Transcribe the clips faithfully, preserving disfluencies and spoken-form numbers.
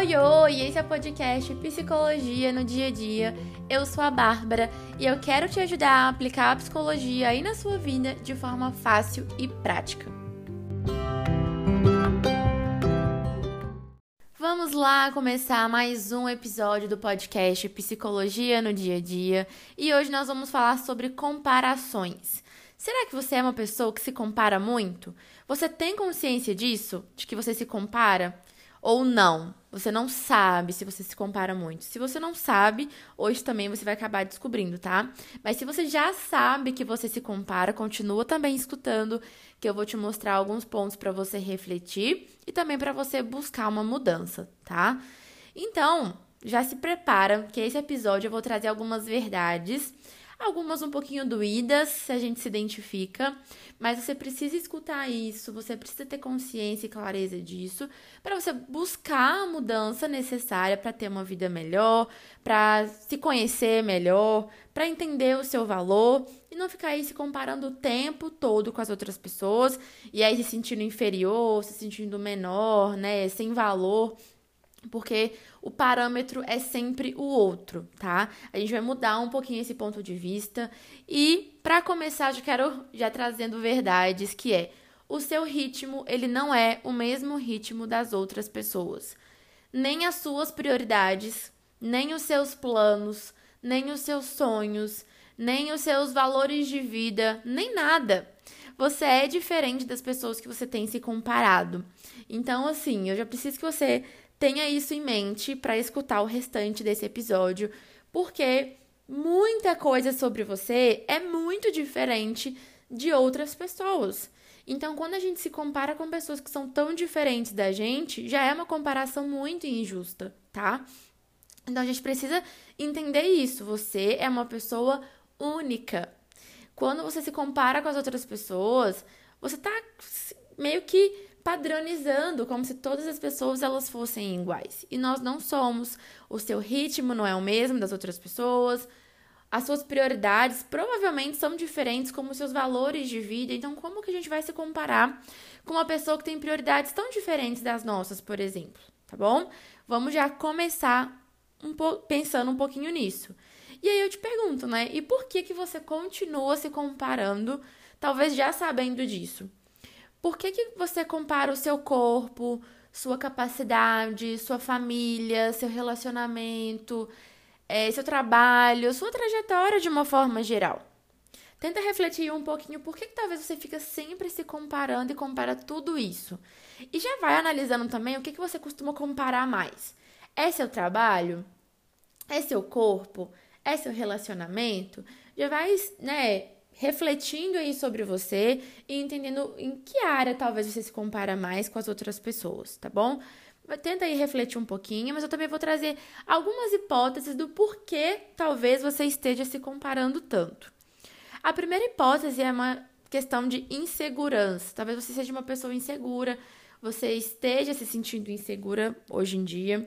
Oi, oi! Esse é o podcast Psicologia no Dia a Dia. Eu sou a Bárbara e eu quero te ajudar a aplicar a psicologia aí na sua vida de forma fácil e prática. Vamos lá começar mais um episódio do podcast Psicologia no Dia a Dia e hoje nós vamos falar sobre comparações. Será que você é uma pessoa que se compara muito? Você tem consciência disso? De que você se compara? Ou não? Você não sabe se você se compara muito. Se você não sabe, hoje também você vai acabar descobrindo, tá? Mas se você já sabe que você se compara, continua também escutando, que eu vou te mostrar alguns pontos para você refletir e também para você buscar uma mudança, tá? Então, já se prepara, que esse episódio eu vou trazer algumas verdades, algumas um pouquinho doídas, se a gente se identifica, mas você precisa escutar isso, você precisa ter consciência e clareza disso, para você buscar a mudança necessária para ter uma vida melhor, para se conhecer melhor, para entender o seu valor e não ficar aí se comparando o tempo todo com as outras pessoas e aí se sentindo inferior, se sentindo menor, né, sem valor. Porque o parâmetro é sempre o outro, tá? A gente vai mudar um pouquinho esse ponto de vista. E, para começar, eu quero já trazendo verdades, que é o seu ritmo, ele não é o mesmo ritmo das outras pessoas. Nem as suas prioridades, nem os seus planos, nem os seus sonhos, nem os seus valores de vida, nem nada. Você é diferente das pessoas que você tem se comparado. Então, assim, eu já preciso que você tenha isso em mente para escutar o restante desse episódio, porque muita coisa sobre você é muito diferente de outras pessoas. Então, quando a gente se compara com pessoas que são tão diferentes da gente, já é uma comparação muito injusta, tá? Então, a gente precisa entender isso. Você é uma pessoa única. Quando você se compara com as outras pessoas, você tá meio que padronizando, como se todas as pessoas elas fossem iguais. E nós não somos. O seu ritmo não é o mesmo das outras pessoas. As suas prioridades provavelmente são diferentes, como os seus valores de vida. Então, como que a gente vai se comparar com uma pessoa que tem prioridades tão diferentes das nossas, por exemplo? Tá bom? Vamos já começar um po- pensando um pouquinho nisso. E aí eu te pergunto, né? E por que que você continua se comparando, talvez já sabendo disso? Por que que você compara o seu corpo, sua capacidade, sua família, seu relacionamento, é, seu trabalho, sua trajetória de uma forma geral? Tenta refletir um pouquinho por que que talvez você fica sempre se comparando e compara tudo isso. E já vai analisando também o que que você costuma comparar mais. É seu trabalho? É seu corpo? É seu relacionamento? Já vai, né, refletindo aí sobre você e entendendo em que área talvez você se compara mais com as outras pessoas, tá bom? Tenta aí refletir um pouquinho, mas eu também vou trazer algumas hipóteses do porquê talvez você esteja se comparando tanto. A primeira hipótese é uma questão de insegurança. Talvez você seja uma pessoa insegura, você esteja se sentindo insegura hoje em dia.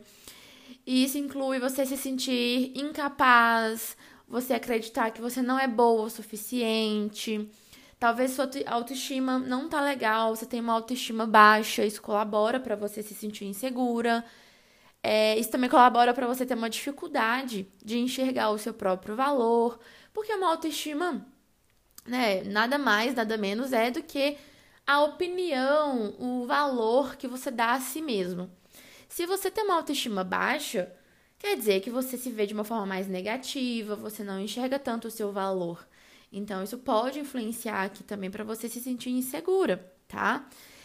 E isso inclui você se sentir incapaz, você acreditar que você não é boa o suficiente, talvez sua autoestima não tá legal, você tem uma autoestima baixa, isso colabora para você se sentir insegura. É, isso também colabora para você ter uma dificuldade de enxergar o seu próprio valor, porque uma autoestima, né, nada mais, nada menos é do que a opinião, o valor que você dá a si mesmo. Se você tem uma autoestima baixa, quer dizer que você se vê de uma forma mais negativa, você não enxerga tanto o seu valor. Então, isso pode influenciar aqui também para você se sentir insegura, tá?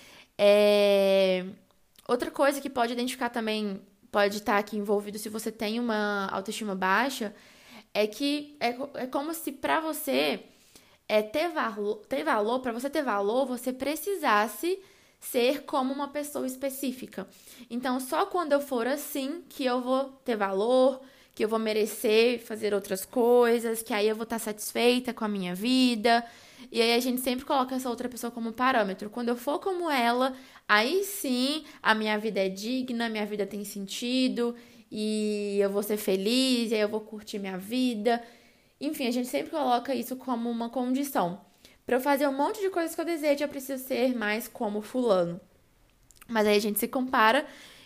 É... Outra coisa que pode identificar também, pode estar aqui envolvido se você tem uma autoestima baixa, é que é, é como se para você é, ter valor, ter valor, para você ter valor, você precisasse ser como uma pessoa específica. Então, só quando eu for assim que eu vou ter valor, que eu vou merecer fazer outras coisas, que aí eu vou estar satisfeita com a minha vida. E aí a gente sempre coloca essa outra pessoa como parâmetro. Quando eu for como ela, aí sim a minha vida é digna, a minha vida tem sentido, e eu vou ser feliz, e aí eu vou curtir minha vida. Enfim, a gente sempre coloca isso como uma condição. Para eu fazer um monte de coisas que eu desejo, eu preciso ser mais como fulano. Mas aí a gente se compara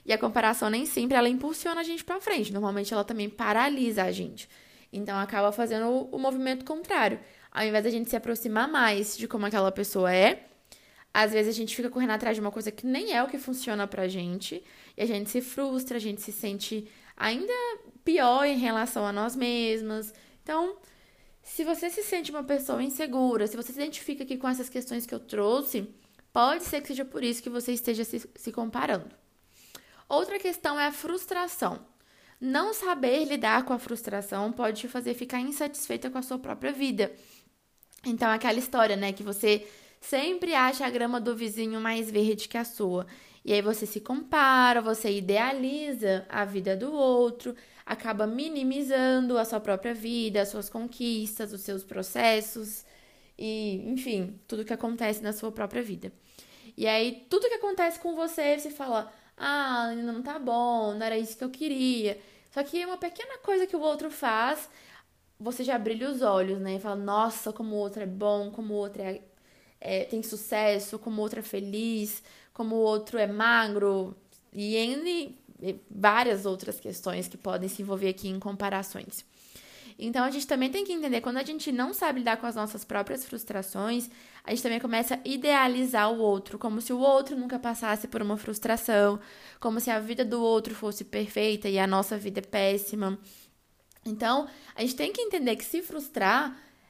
E a comparação nem sempre ela impulsiona a gente pra frente. Normalmente ela também paralisa a gente. Então acaba fazendo o, o movimento contrário. Ao invés da gente se aproximar mais de como aquela pessoa é, às vezes a gente fica correndo atrás de uma coisa que nem é o que funciona pra gente. E a gente se frustra, a gente se sente ainda pior em relação a nós mesmas. Então, se você se sente uma pessoa insegura, se você se identifica aqui com essas questões que eu trouxe, pode ser que seja por isso que você esteja se, se comparando. Outra questão é a frustração. Não saber lidar com a frustração pode te fazer ficar insatisfeita com a sua própria vida. Então, aquela história, né, que você sempre acha a grama do vizinho mais verde que a sua. E aí você se compara, você idealiza a vida do outro, acaba minimizando a sua própria vida, as suas conquistas, os seus processos e, enfim, tudo que acontece na sua própria vida. E aí, tudo que acontece com você, você fala, ah, não tá bom, não era isso que eu queria. Só que uma pequena coisa que o outro faz, você já brilha os olhos, né? E fala, nossa, como o outro é bom, como o outro é, é, tem sucesso, como o outro é feliz, como o outro é magro, e N várias outras questões que podem se envolver aqui em comparações. Então, a gente também tem que entender, quando a gente não sabe lidar com as nossas próprias frustrações, a gente também começa a idealizar o outro, como se o outro nunca passasse por uma frustração, como se a vida do outro fosse perfeita e a nossa vida é péssima. Então, a gente tem que entender que se frustrar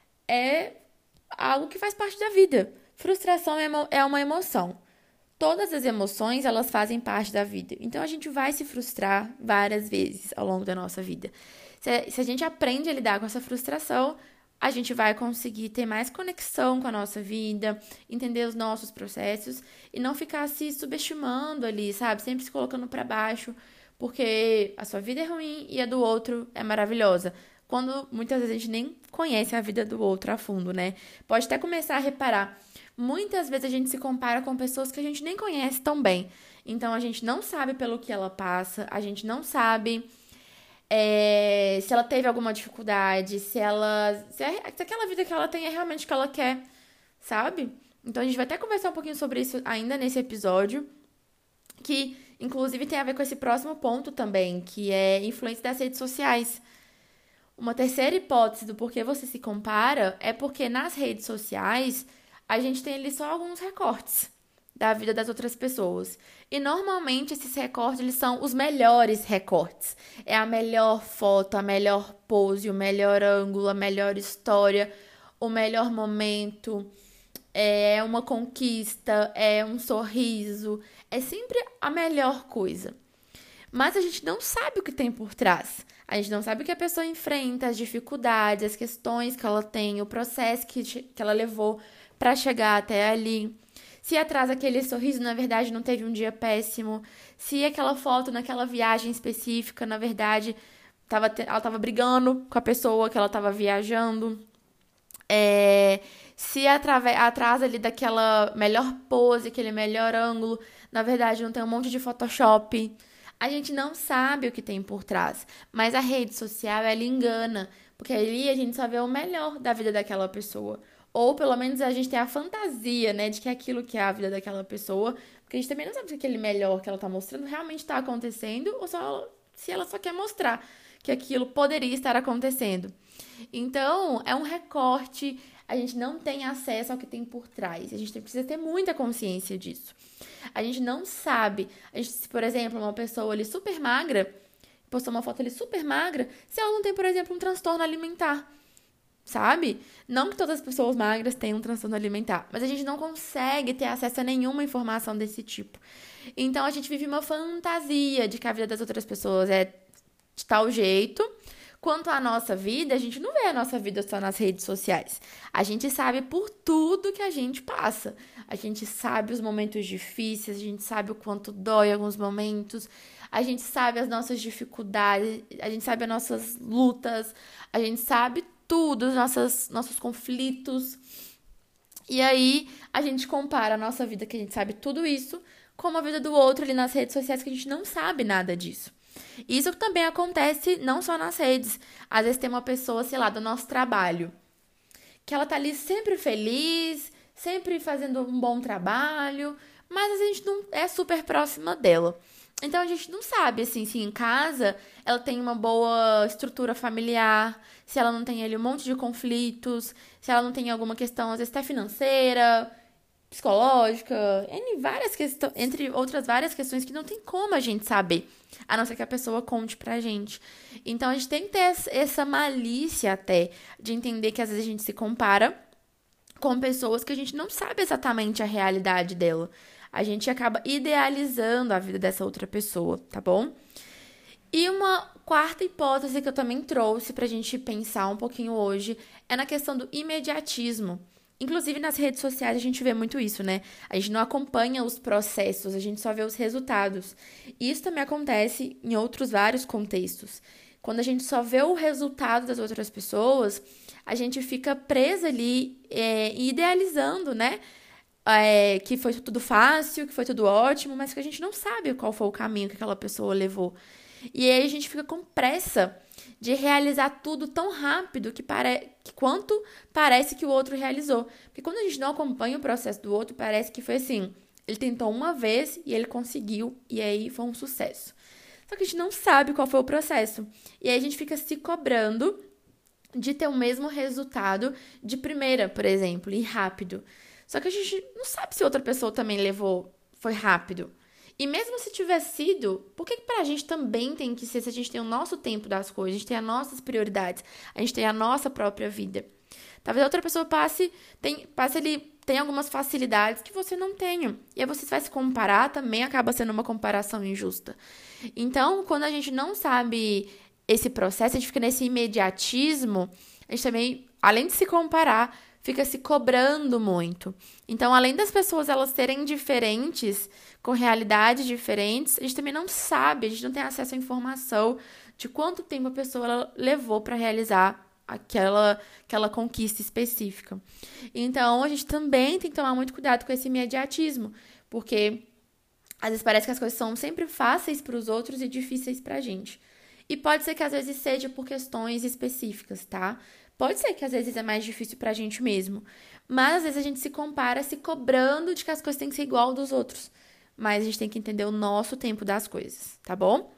é algo que faz parte da vida. Frustração é uma emoção. Todas as emoções, elas fazem parte da vida. Então, a gente vai se frustrar várias vezes ao longo da nossa vida. Se, se a gente aprende a lidar com essa frustração, a gente vai conseguir ter mais conexão com a nossa vida, entender os nossos processos e não ficar se subestimando ali, sabe? Sempre se colocando para baixo, porque a sua vida é ruim e a do outro é maravilhosa. Quando muitas vezes a gente nem conhece a vida do outro a fundo, né? Pode até começar a reparar. Muitas vezes a gente se compara com pessoas que a gente nem conhece tão bem. Então, a gente não sabe pelo que ela passa, a gente não sabe é, se ela teve alguma dificuldade, se ela se, é, se aquela vida que ela tem é realmente o que ela quer, sabe? Então, a gente vai até conversar um pouquinho sobre isso ainda nesse episódio, que, inclusive, tem a ver com esse próximo ponto também, que é influência das redes sociais. Uma terceira hipótese do porquê você se compara é porque nas redes sociais a gente tem ali só alguns recortes da vida das outras pessoas. E normalmente esses recortes, eles são os melhores recortes. É a melhor foto, a melhor pose, o melhor ângulo, a melhor história, o melhor momento, é uma conquista, é um sorriso, é sempre a melhor coisa. Mas a gente não sabe o que tem por trás. A gente não sabe o que a pessoa enfrenta, as dificuldades, as questões que ela tem, o processo que, que ela levou para chegar até ali. Se atrás aquele sorriso, na verdade, não teve um dia péssimo. Se aquela foto naquela viagem específica, na verdade, tava, ela estava brigando com a pessoa que ela estava viajando. É, se atrás, atrás ali daquela melhor pose, aquele melhor ângulo, na verdade, não tem um monte de Photoshop. A gente não sabe o que tem por trás. Mas a rede social, ela engana. Porque ali a gente só vê o melhor da vida daquela pessoa. Ou, pelo menos, a gente tem a fantasia, né, de que aquilo que é a vida daquela pessoa, porque a gente também não sabe se aquele melhor que ela tá mostrando realmente tá acontecendo, ou só se ela só quer mostrar que aquilo poderia estar acontecendo. Então, é um recorte, a gente não tem acesso ao que tem por trás, a gente precisa ter muita consciência disso. A gente não sabe, a gente, se, por exemplo, uma pessoa ali super magra, postou uma foto ali super magra, se ela não tem, por exemplo, um transtorno alimentar, sabe? Não que todas as pessoas magras tenham um transtorno alimentar, mas a gente não consegue ter acesso a nenhuma informação desse tipo. Então, a gente vive uma fantasia de que a vida das outras pessoas é de tal jeito. Quanto à nossa vida, a gente não vê a nossa vida só nas redes sociais. A gente sabe por tudo que a gente passa. A gente sabe os momentos difíceis, a gente sabe o quanto dói em alguns momentos, a gente sabe as nossas dificuldades, a gente sabe as nossas lutas, a gente sabe tudo, os nossos, nossos conflitos. E aí, a gente compara a nossa vida, que a gente sabe tudo isso, com a vida do outro ali nas redes sociais, que a gente não sabe nada disso. Isso também acontece não só nas redes. Às vezes tem uma pessoa, sei lá, do nosso trabalho, que ela tá ali sempre feliz, sempre fazendo um bom trabalho, mas a gente não é super próxima dela. Então a gente não sabe, assim, se em casa ela tem uma boa estrutura familiar, se ela não tem ali um monte de conflitos, se ela não tem alguma questão, às vezes até financeira, psicológica, entre várias questões, entre outras várias questões que não tem como a gente saber, a não ser que a pessoa conte pra gente. Então a gente tem que ter essa malícia até de entender que às vezes a gente se compara com pessoas que a gente não sabe exatamente a realidade dela. A gente acaba idealizando a vida dessa outra pessoa, tá bom? E uma quarta hipótese que eu também trouxe pra gente pensar um pouquinho hoje é na questão do imediatismo. Inclusive nas redes sociais a gente vê muito isso, né? A gente não acompanha os processos, a gente só vê os resultados. E isso também acontece em outros vários contextos. Quando a gente só vê o resultado das outras pessoas, a gente fica presa ali, é, idealizando, né? É, que foi tudo fácil, que foi tudo ótimo, mas que a gente não sabe qual foi o caminho que aquela pessoa levou. E aí a gente fica com pressa de realizar tudo tão rápido que, pare... que quanto parece que o outro realizou. Porque quando a gente não acompanha o processo do outro, parece que foi assim, ele tentou uma vez e ele conseguiu, e aí foi um sucesso. Só que a gente não sabe qual foi o processo. E aí a gente fica se cobrando de ter o mesmo resultado de primeira, por exemplo, e rápido. Só que a gente não sabe se outra pessoa também levou, foi rápido. E mesmo se tivesse sido, por que pra gente também tem que ser, se a gente tem o nosso tempo das coisas, a gente tem as nossas prioridades, a gente tem a nossa própria vida? Talvez a outra pessoa passe, tem, passe ali, tem algumas facilidades que você não tenha. E aí você vai se comparar, também acaba sendo uma comparação injusta. Então, quando a gente não sabe esse processo, a gente fica nesse imediatismo, a gente também, além de se comparar, fica se cobrando muito. Então, além das pessoas elas serem diferentes, com realidades diferentes, a gente também não sabe, a gente não tem acesso à informação de quanto tempo a pessoa ela levou para realizar aquela, aquela conquista específica. Então, a gente também tem que tomar muito cuidado com esse imediatismo, porque às vezes parece que as coisas são sempre fáceis para os outros e difíceis para a gente. E pode ser que às vezes seja por questões específicas, tá? Pode ser que às vezes é mais difícil pra gente mesmo. Mas às vezes a gente se compara se cobrando de que as coisas têm que ser igual dos outros. Mas a gente tem que entender o nosso tempo das coisas, tá bom?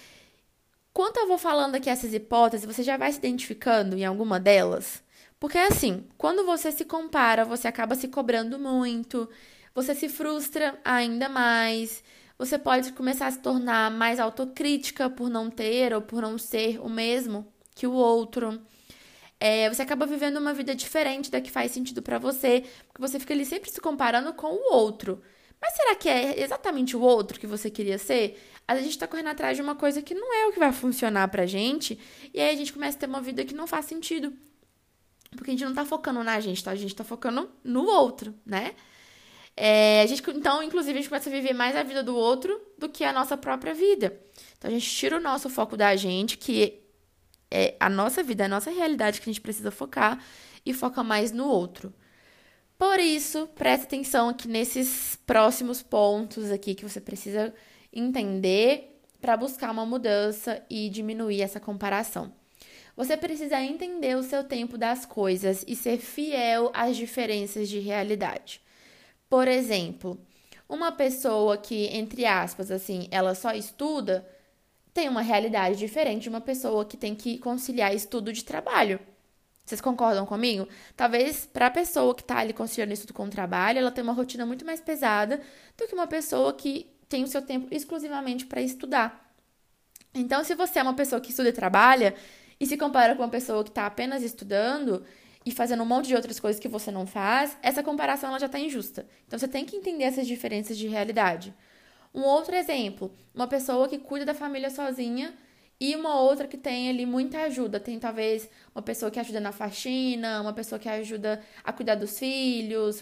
Quanto eu vou falando aqui essas hipóteses, você já vai se identificando em alguma delas? Porque assim, quando você se compara, você acaba se cobrando muito, você se frustra ainda mais, você pode começar a se tornar mais autocrítica por não ter ou por não ser o mesmo que o outro. É, você acaba vivendo uma vida diferente da que faz sentido pra você, porque você fica ali sempre se comparando com o outro. Mas será que é exatamente o outro que você queria ser? Às vezes a gente tá correndo atrás de uma coisa que não é o que vai funcionar pra gente, e aí a gente começa a ter uma vida que não faz sentido. Porque a gente não tá focando na gente, tá? A gente tá focando no outro, né? É, a gente, então, inclusive, a gente começa a viver mais a vida do outro do que a nossa própria vida. Então, a gente tira o nosso foco da gente, que é a nossa vida, a nossa realidade que a gente precisa focar, e foca mais no outro. Por isso, presta atenção aqui nesses próximos pontos aqui que você precisa entender para buscar uma mudança e diminuir essa comparação. Você precisa entender o seu tempo das coisas e ser fiel às diferenças de realidade. Por exemplo, uma pessoa que, entre aspas, assim, ela só estuda, tem uma realidade diferente de uma pessoa que tem que conciliar estudo de trabalho. Vocês concordam comigo? Talvez para a pessoa que está ali conciliando estudo com o trabalho, ela tem uma rotina muito mais pesada do que uma pessoa que tem o seu tempo exclusivamente para estudar. Então, se você é uma pessoa que estuda e trabalha e se compara com uma pessoa que está apenas estudando e fazendo um monte de outras coisas que você não faz, essa comparação ela já está injusta. Então, você tem que entender essas diferenças de realidade. Um outro exemplo, uma pessoa que cuida da família sozinha e uma outra que tem ali muita ajuda. Tem talvez uma pessoa que ajuda na faxina, uma pessoa que ajuda a cuidar dos filhos,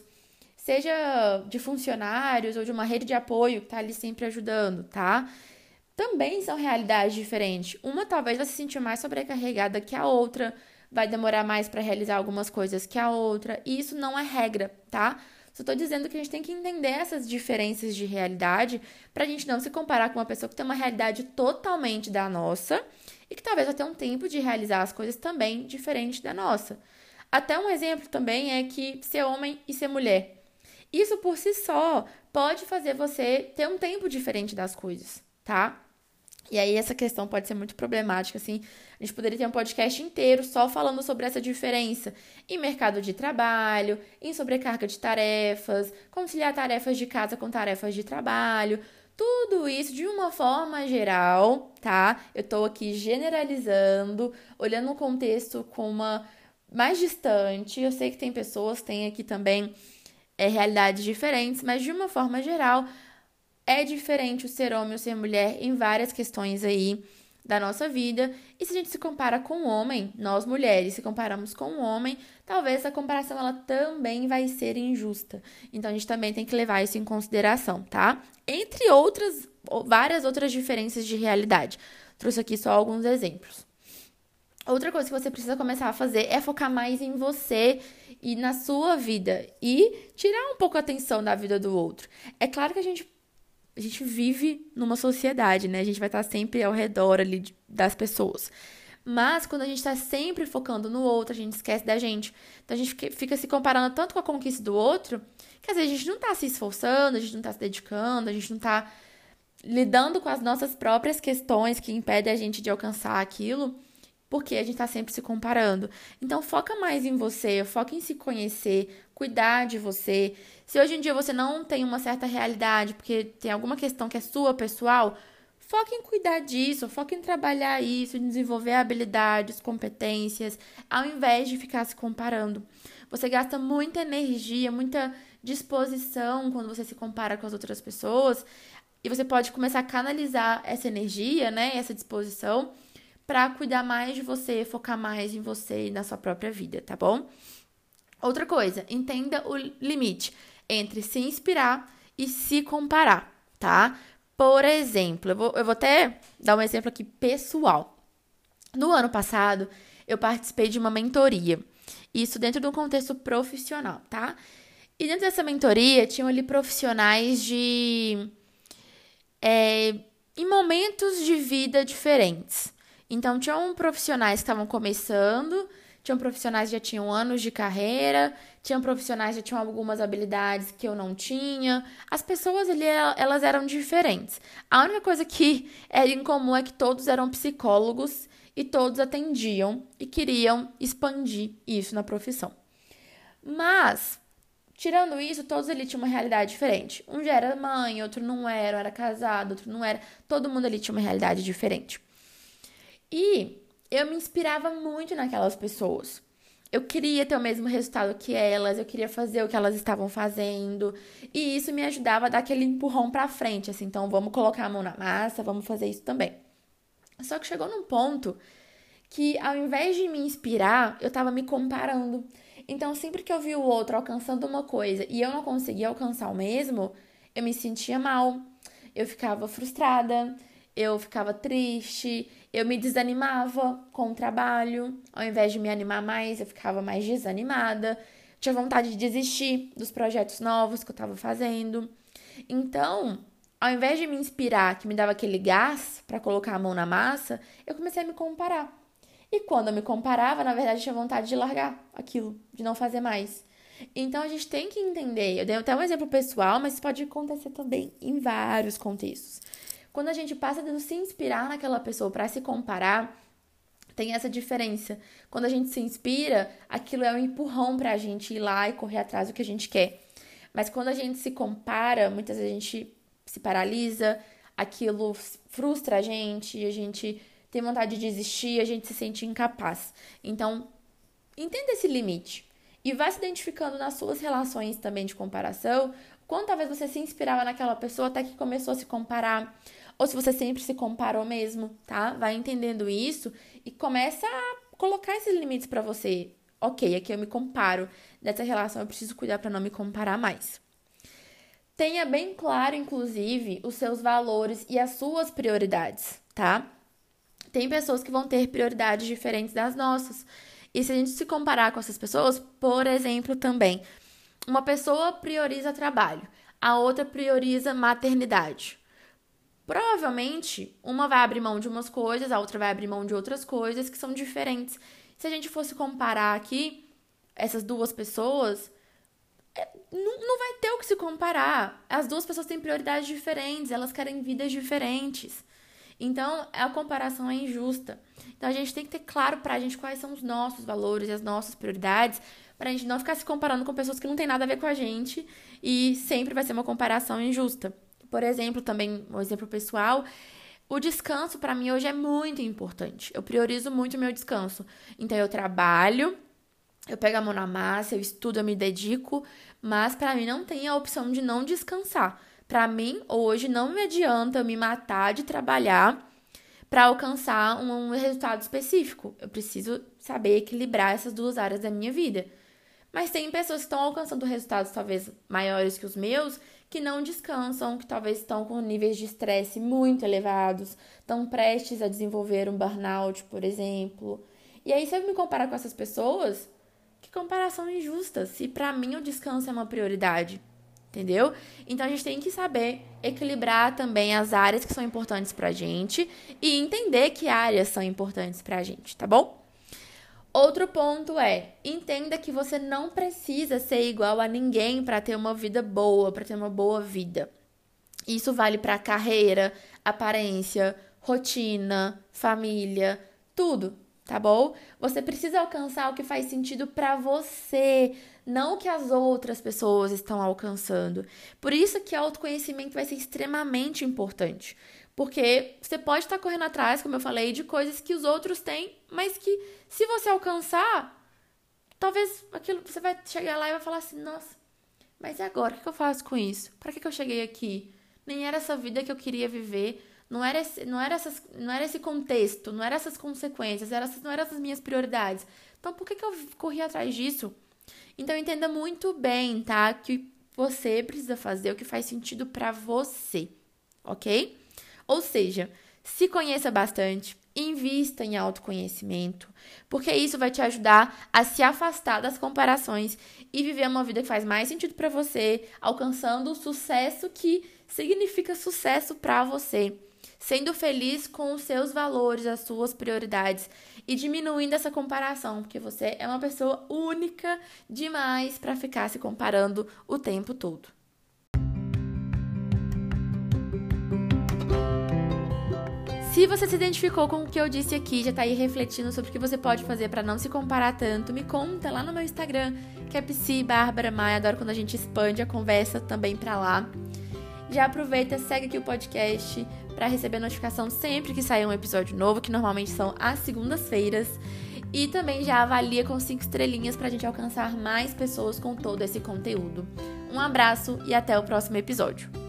seja de funcionários ou de uma rede de apoio que tá ali sempre ajudando, tá? Também são realidades diferentes. Uma talvez vai se sentir mais sobrecarregada que a outra, vai demorar mais para realizar algumas coisas que a outra, e isso não é regra, tá? Só tô dizendo que a gente tem que entender essas diferenças de realidade pra gente não se comparar com uma pessoa que tem uma realidade totalmente da nossa e que talvez vai ter um tempo de realizar as coisas também diferente da nossa. Até um exemplo também é que ser homem e ser mulher. Isso por si só pode fazer você ter um tempo diferente das coisas, tá? E aí essa questão pode ser muito problemática, assim. A gente poderia ter um podcast inteiro só falando sobre essa diferença em mercado de trabalho, em sobrecarga de tarefas, conciliar tarefas de casa com tarefas de trabalho. Tudo isso de uma forma geral, tá? Eu tô aqui generalizando, olhando o contexto com uma mais distante. Eu sei que tem pessoas, tem aqui também é, realidades diferentes, mas de uma forma geral, é diferente o ser homem ou ser mulher em várias questões aí da nossa vida. E se a gente se compara com o homem, nós mulheres se comparamos com o homem, talvez essa comparação ela também vai ser injusta. Então a gente também tem que levar isso em consideração, tá? Entre outras, várias outras diferenças de realidade. Trouxe aqui só alguns exemplos. Outra coisa que você precisa começar a fazer é focar mais em você e na sua vida e tirar um pouco a atenção da vida do outro. É claro que a gente A gente vive numa sociedade, né? A gente vai estar sempre ao redor ali das pessoas. Mas quando a gente está sempre focando no outro, a gente esquece da gente. Então a gente fica se comparando tanto com a conquista do outro, que às vezes a gente não está se esforçando, a gente não está se dedicando, a gente não está lidando com as nossas próprias questões que impedem a gente de alcançar aquilo, porque a gente está sempre se comparando. Então foca mais em você, foca em se conhecer, cuidar de você. Se hoje em dia você não tem uma certa realidade, porque tem alguma questão que é sua, pessoal, foca em cuidar disso, foca em trabalhar isso, em desenvolver habilidades, competências, ao invés de ficar se comparando. Você gasta muita energia, muita disposição quando você se compara com as outras pessoas, e você pode começar a canalizar essa energia, né, essa disposição, para cuidar mais de você, focar mais em você e na sua própria vida, tá bom? Outra coisa, entenda o limite entre se inspirar e se comparar, tá? Por exemplo, eu vou, eu vou até dar um exemplo aqui pessoal. No ano passado, eu participei de uma mentoria, isso dentro de um contexto profissional, tá? E dentro dessa mentoria, tinham ali profissionais de... É, em momentos de vida diferentes. Então, tinham profissionais que estavam começando, tinham profissionais que já tinham anos de carreira, tinham profissionais que já tinham algumas habilidades que eu não tinha. As pessoas ali, elas eram diferentes. A única coisa que era em comum é que todos eram psicólogos e todos atendiam e queriam expandir isso na profissão. Mas, tirando isso, todos ali tinham uma realidade diferente. Um já era mãe, outro não era, um era casado, outro não era. Todo mundo ali tinha uma realidade diferente. E eu me inspirava muito naquelas pessoas. Eu queria ter o mesmo resultado que elas, eu queria fazer o que elas estavam fazendo. E isso me ajudava a dar aquele empurrão pra frente, assim. Então, vamos colocar a mão na massa, vamos fazer isso também. Só que chegou num ponto que, ao invés de me inspirar, eu tava me comparando. Então, sempre que eu vi o outro alcançando uma coisa e eu não conseguia alcançar o mesmo, eu me sentia mal, eu ficava frustrada, eu ficava triste, eu me desanimava com o trabalho. Ao invés de me animar mais, eu ficava mais desanimada. Tinha vontade de desistir dos projetos novos que eu estava fazendo. Então, ao invés de me inspirar, que me dava aquele gás para colocar a mão na massa, eu comecei a me comparar. E quando eu me comparava, na verdade, eu tinha vontade de largar aquilo, de não fazer mais. Então, a gente tem que entender. Eu dei até um exemplo pessoal, mas isso pode acontecer também em vários contextos. Quando a gente passa a se inspirar naquela pessoa para se comparar, tem essa diferença. Quando a gente se inspira, aquilo é um empurrão pra gente ir lá e correr atrás do que a gente quer. Mas quando a gente se compara, muitas vezes a gente se paralisa, aquilo frustra a gente, a gente tem vontade de desistir, a gente se sente incapaz. Então, entenda esse limite e vá se identificando nas suas relações também de comparação, quando talvez você se inspirava naquela pessoa até que começou a se comparar, ou se você sempre se comparou mesmo, tá? Vai entendendo isso e começa a colocar esses limites pra você. Ok, aqui eu me comparo, nessa relação eu preciso cuidar pra não me comparar mais. Tenha bem claro, inclusive, os seus valores e as suas prioridades, tá? Tem pessoas que vão ter prioridades diferentes das nossas. E se a gente se comparar com essas pessoas, por exemplo, também, uma pessoa prioriza trabalho, a outra prioriza maternidade. Provavelmente, uma vai abrir mão de umas coisas, a outra vai abrir mão de outras coisas que são diferentes. Se a gente fosse comparar aqui essas duas pessoas, é, não, não vai ter o que se comparar. As duas pessoas têm prioridades diferentes, elas querem vidas diferentes. Então, a comparação é injusta. Então, a gente tem que ter claro pra gente quais são os nossos valores e as nossas prioridades, pra gente não ficar se comparando com pessoas que não tem nada a ver com a gente e sempre vai ser uma comparação injusta. Por exemplo, também, um exemplo pessoal, o descanso pra mim hoje é muito importante. Eu priorizo muito o meu descanso. Então, eu trabalho, eu pego a mão na massa, eu estudo, eu me dedico, mas pra mim não tem a opção de não descansar. Pra mim, hoje, não me adianta eu me matar de trabalhar para alcançar um resultado específico. Eu preciso saber equilibrar essas duas áreas da minha vida. Mas tem pessoas que estão alcançando resultados talvez maiores que os meus, que não descansam, que talvez estão com níveis de estresse muito elevados, estão prestes a desenvolver um burnout, por exemplo. E aí, se eu me comparar com essas pessoas, que comparação injusta, se pra mim o descanso é uma prioridade. Entendeu? Então, a gente tem que saber equilibrar também as áreas que são importantes pra gente e entender que áreas são importantes pra gente, tá bom? Outro ponto é, entenda que você não precisa ser igual a ninguém pra ter uma vida boa, pra ter uma boa vida. Isso vale pra carreira, aparência, rotina, família, tudo. Tá bom? Você precisa alcançar o que faz sentido pra você, não o que as outras pessoas estão alcançando. Por isso que o autoconhecimento vai ser extremamente importante. Porque você pode estar correndo atrás, como eu falei, de coisas que os outros têm, mas que se você alcançar, talvez aquilo você vai chegar lá e vai falar assim, nossa, mas e agora? O que eu faço com isso? Pra que eu cheguei aqui? Nem era essa vida que eu queria viver. Não era, esse, não, era essas, não era esse contexto, não eram essas consequências, era, não eram essas minhas prioridades. Então, por que, que eu corri atrás disso? Então, entenda muito bem, tá? Que você precisa fazer o que faz sentido pra você, ok? Ou seja, se conheça bastante, invista em autoconhecimento, porque isso vai te ajudar a se afastar das comparações e viver uma vida que faz mais sentido pra você, alcançando o sucesso que significa sucesso pra você. Sendo feliz com os seus valores, as suas prioridades e diminuindo essa comparação, porque você é uma pessoa única demais para ficar se comparando o tempo todo. Se você se identificou com o que eu disse aqui, já tá aí refletindo sobre o que você pode fazer para não se comparar tanto, me conta lá no meu Instagram, que é psi bárbara maia, adoro quando a gente expande a conversa também para lá. Já aproveita, segue aqui o podcast para receber notificação sempre que sair um episódio novo, que normalmente são às segundas-feiras. E também já avalia com cinco estrelinhas pra gente alcançar mais pessoas com todo esse conteúdo. Um abraço e até o próximo episódio.